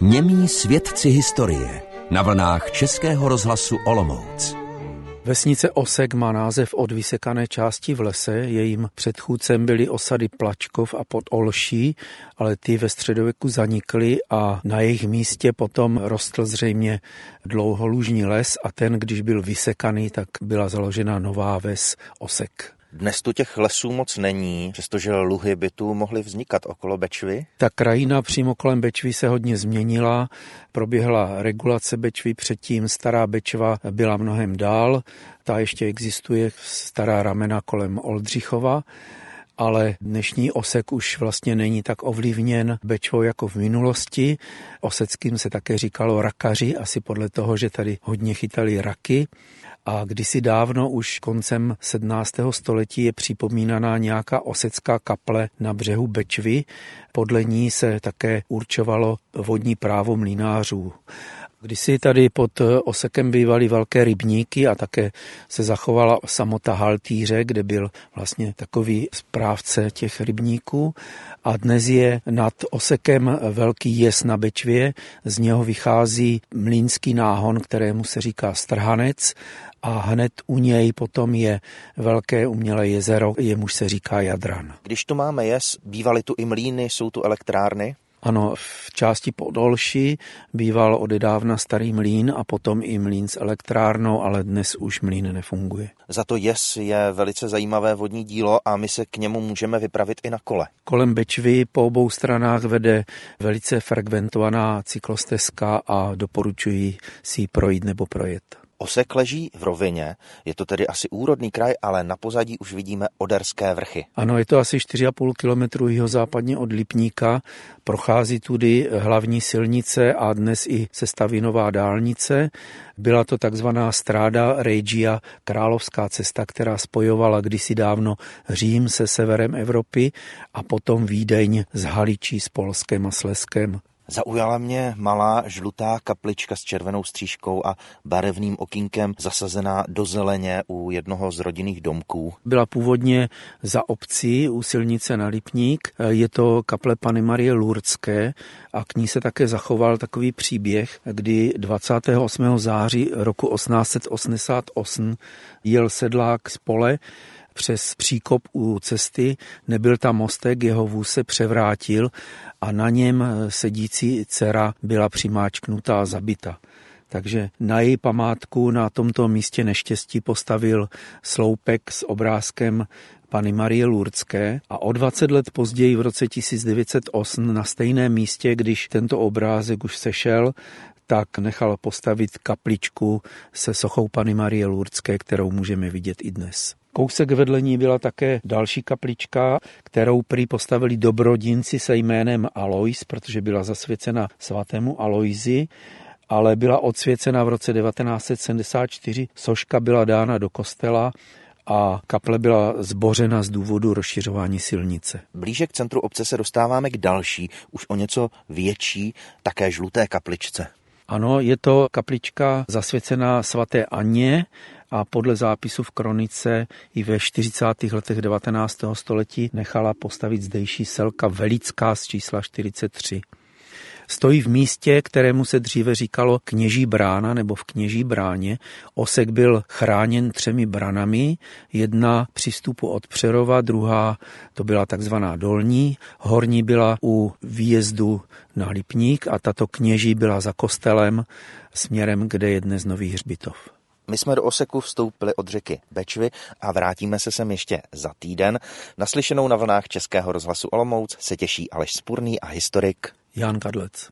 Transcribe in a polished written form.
Němí svědci historie na vlnách Českého rozhlasu Olomouc. Vesnice Osek má název od vysekané části v lese, jejím předchůdcem byly osady Plačkov a Podolší, ale ty ve středověku zanikly a na jejich místě potom rostl zřejmě dlouholužní les a ten, když byl vysekaný, tak byla založena nová ves Osek. Dnes tu těch lesů moc není, přestože luhy by tu mohly vznikat okolo Bečvy. Ta krajina přímo kolem Bečvy se hodně změnila, proběhla regulace Bečvy, předtím stará Bečva byla mnohem dál, ta ještě existuje stará ramena kolem Oldřichova, ale dnešní Osek už vlastně není tak ovlivněn Bečvou jako v minulosti. Oseckým se také říkalo rakaři, asi podle toho, že tady hodně chytali raky. A kdysi dávno, už koncem 17. století, je připomínaná nějaká osecká kaple na břehu Bečvy. Podle ní se také určovalo vodní právo mlynářů. Kdysi tady pod Osekem bývaly velké rybníky a také se zachovala samota Haltýře, kde byl vlastně takový správce těch rybníků. A dnes je nad Osekem velký jez na Bečvě, z něho vychází mlýnský náhon, kterému se říká Strhanec, a hned u něj potom je velké umělé jezero, jemuž se říká Jadran. Když tu máme jez, bývaly tu i mlýny, jsou tu elektrárny? Ano, v části Podolší býval odedávna starý mlýn a potom i mlýn s elektrárnou, ale dnes už mlýn nefunguje. Za to jez je velice zajímavé vodní dílo a my se k němu můžeme vypravit i na kole. Kolem Bečvy po obou stranách vede velice frekventovaná cyklostezka a doporučuji si ji projít nebo projet. Osek leží v rovině, je to tedy asi úrodný kraj, ale na pozadí už vidíme Oderské vrchy. Ano, je to asi 4,5 kilometru jihozápadně od Lipníka, prochází tudy hlavní silnice a dnes i sestavinová dálnice. Byla to takzvaná Strada Regia, královská cesta, která spojovala kdysi dávno Řím se severem Evropy a potom Vídeň s Haličí, s Polskem a Slezskem. Zaujala mě malá žlutá kaplička s červenou střížkou a barevným okýnkem zasazená do zeleně u jednoho z rodinných domků. Byla původně za obcí u silnice na Lipník. Je to kaple Panny Marie Lurdské a k ní se také zachoval takový příběh, kdy 28. září roku 1888 jel sedlák z pole přes příkop u cesty, nebyl tam mostek, jeho vůz se převrátil a na něm sedící dcera byla přimáčknutá a zabita. Takže na její památku na tomto místě neštěstí postavil sloupek s obrázkem Panny Marie Lurdské a o 20 let později v roce 1908 na stejném místě, když tento obrázek už sešel, tak nechal postavit kapličku se sochou Panny Marie Lurdské, kterou můžeme vidět i dnes. Kousek vedle ní byla také další kaplička, kterou prý postavili dobrodinci se jménem Alois, protože byla zasvěcena svatému Aloisi, ale byla odsvěcena v roce 1974. Soška byla dána do kostela a kaple byla zbořena z důvodu rozšiřování silnice. Blíže k centru obce se dostáváme k další, už o něco větší, také žluté kapličce. Ano, je to kaplička zasvěcená svaté Anně a podle zápisu v kronice i ve 40. letech 19. století nechala postavit zdejší selka Velická z čísla 43. Stojí v místě, kterému se dříve říkalo Kněží brána nebo v Kněží bráně. Osek byl chráněn 3 branami, jedna při vstupu od Přerova, druhá to byla takzvaná dolní, horní byla u výjezdu na Lipník a tato Kněží byla za kostelem směrem, kde je dnes nový hřbitov. My jsme do Oseku vstoupili od řeky Bečvy a vrátíme se sem ještě za týden. Naslyšenou na vlnách Českého rozhlasu Olomouc se těší Aleš Spurný a historik Jan Kadlec.